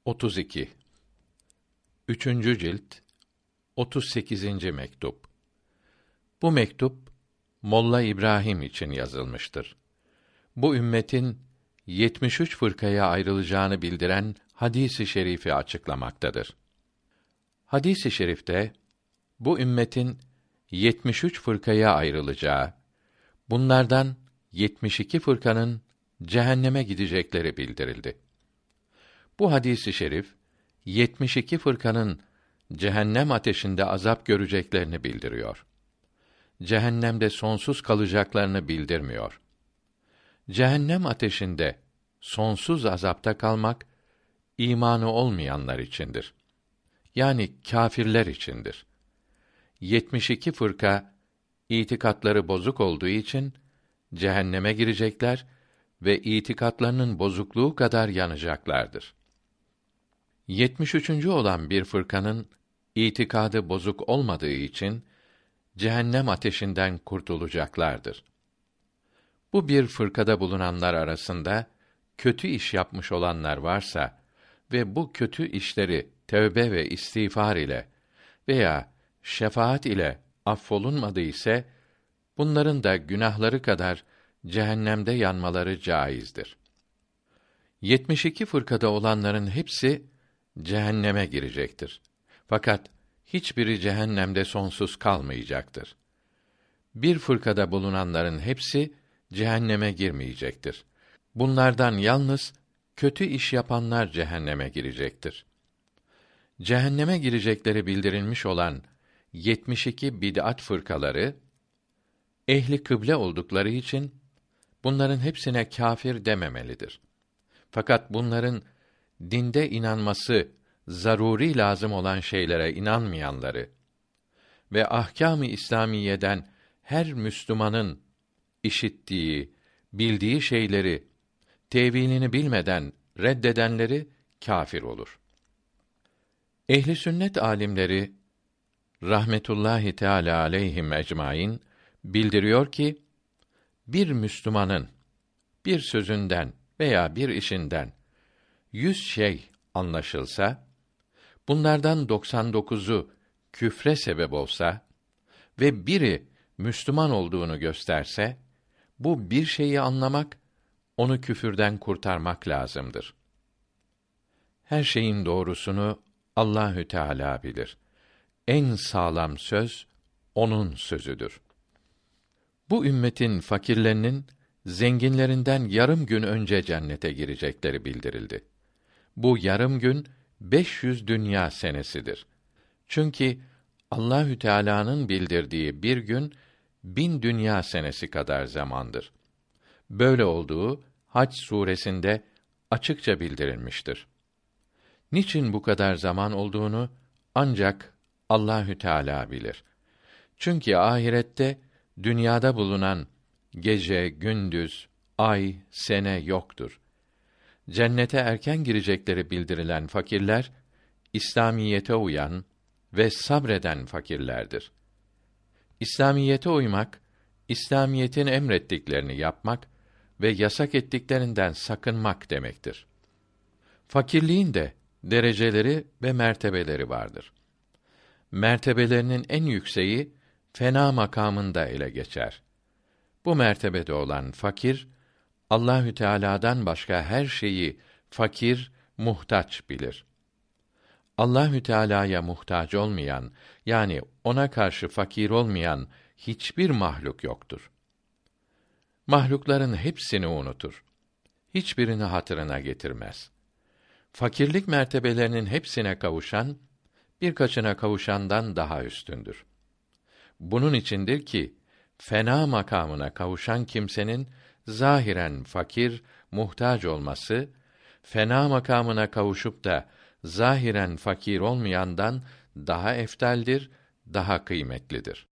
32. Üçüncü cilt 38. mektup. Bu mektup Molla İbrahim için yazılmıştır. Bu ümmetin 73 fırkaya ayrılacağını bildiren hadis-i şerifi açıklamaktadır. Hadis-i şerifte bu ümmetin 73 fırkaya ayrılacağı, bunlardan 72 fırkanın cehenneme gidecekleri bildirildi. Bu hadis-i şerif 72 fırkanın cehennem ateşinde azap göreceklerini bildiriyor. Cehennemde sonsuz kalacaklarını bildirmiyor. Cehennem ateşinde sonsuz azapta kalmak imanı olmayanlar içindir. Yani kâfirler içindir. 72 fırka itikatları bozuk olduğu için cehenneme girecekler ve itikatlarının bozukluğu kadar yanacaklardır. 73. olan bir fırkanın itikadı bozuk olmadığı için cehennem ateşinden kurtulacaklardır. Bu bir fırkada bulunanlar arasında kötü iş yapmış olanlar varsa ve bu kötü işleri tövbe ve istiğfar ile veya şefaat ile affolunmadı ise bunların da günahları kadar cehennemde yanmaları caizdir. 72 fırkada olanların hepsi cehenneme girecektir. Fakat hiçbiri cehennemde sonsuz kalmayacaktır. Bir fırkada bulunanların hepsi cehenneme girmeyecektir. Bunlardan yalnız kötü iş yapanlar cehenneme girecektir. Cehenneme girecekleri bildirilmiş olan 72 bid'at fırkaları ehli kıble oldukları için bunların hepsine kâfir dememelidir. Fakat bunların dinde inanması zaruri lazım olan şeylere inanmayanları ve ahkâm-ı İslamiyeden her Müslümanın işittiği, bildiği şeyleri tevilini bilmeden reddedenleri kâfir olur. Ehli sünnet alimleri rahmetullahi teâlâ aleyhim ecmaîn bildiriyor ki bir Müslümanın bir sözünden veya bir işinden 100 şey anlaşılsa, bunlardan 99'u küfre sebep olsa ve biri Müslüman olduğunu gösterse, bu bir şeyi anlamak, onu küfürden kurtarmak lazımdır. Her şeyin doğrusunu Allahü Teala bilir. En sağlam söz onun sözüdür. Bu ümmetin fakirlerinin zenginlerinden yarım gün önce cennete girecekleri bildirildi. Bu yarım gün 500 dünya senesidir. Çünkü Allahü Teala'nın bildirdiği bir gün 1000 dünya senesi kadar zamandır. Böyle olduğu Hac suresinde açıkça bildirilmiştir. Niçin bu kadar zaman olduğunu ancak Allahü Teala bilir. Çünkü ahirette dünyada bulunan gece, gündüz, ay, sene yoktur. Cennete erken girecekleri bildirilen fakirler İslamiyete uyan ve sabreden fakirlerdir. İslamiyete uymak, İslamiyetin emrettiklerini yapmak ve yasak ettiklerinden sakınmak demektir. Fakirliğin de dereceleri ve mertebeleri vardır. Mertebelerinin en yükseği fena makamında ele geçer. Bu mertebede olan fakir, Allahü Teala'dan başka her şeyi fakir, muhtaç bilir. Allahü Teala'ya muhtaç olmayan, yani ona karşı fakir olmayan hiçbir mahluk yoktur. Mahlukların hepsini unutur. Hiçbirini hatırına getirmez. Fakirlik mertebelerinin hepsine kavuşan, birkaçına kavuşandan daha üstündür. Bunun içindir ki, fena makamına kavuşan kimsenin zahiren fakir, muhtaç olması, fena makamına kavuşup da zahiren fakir olmayandan daha eftaldir, daha kıymetlidir.